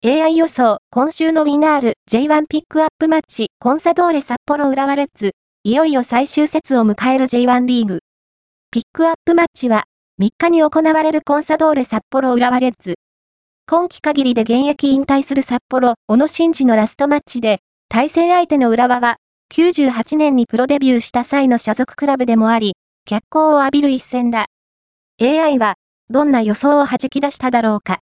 AI 予想、今週のウィナール J1 ピックアップマッチ、コンサドーレ札幌浦和レッズ、いよいよ最終節を迎える J1 リーグ。ピックアップマッチは、3日に行われるコンサドーレ札幌浦和レッズ。今季限りで現役引退する札幌、小野伸二のラストマッチで、対戦相手の浦和は、98年にプロデビューした際の所属クラブでもあり、脚光を浴びる一戦だ。AI は、どんな予想を弾き出しただろうか。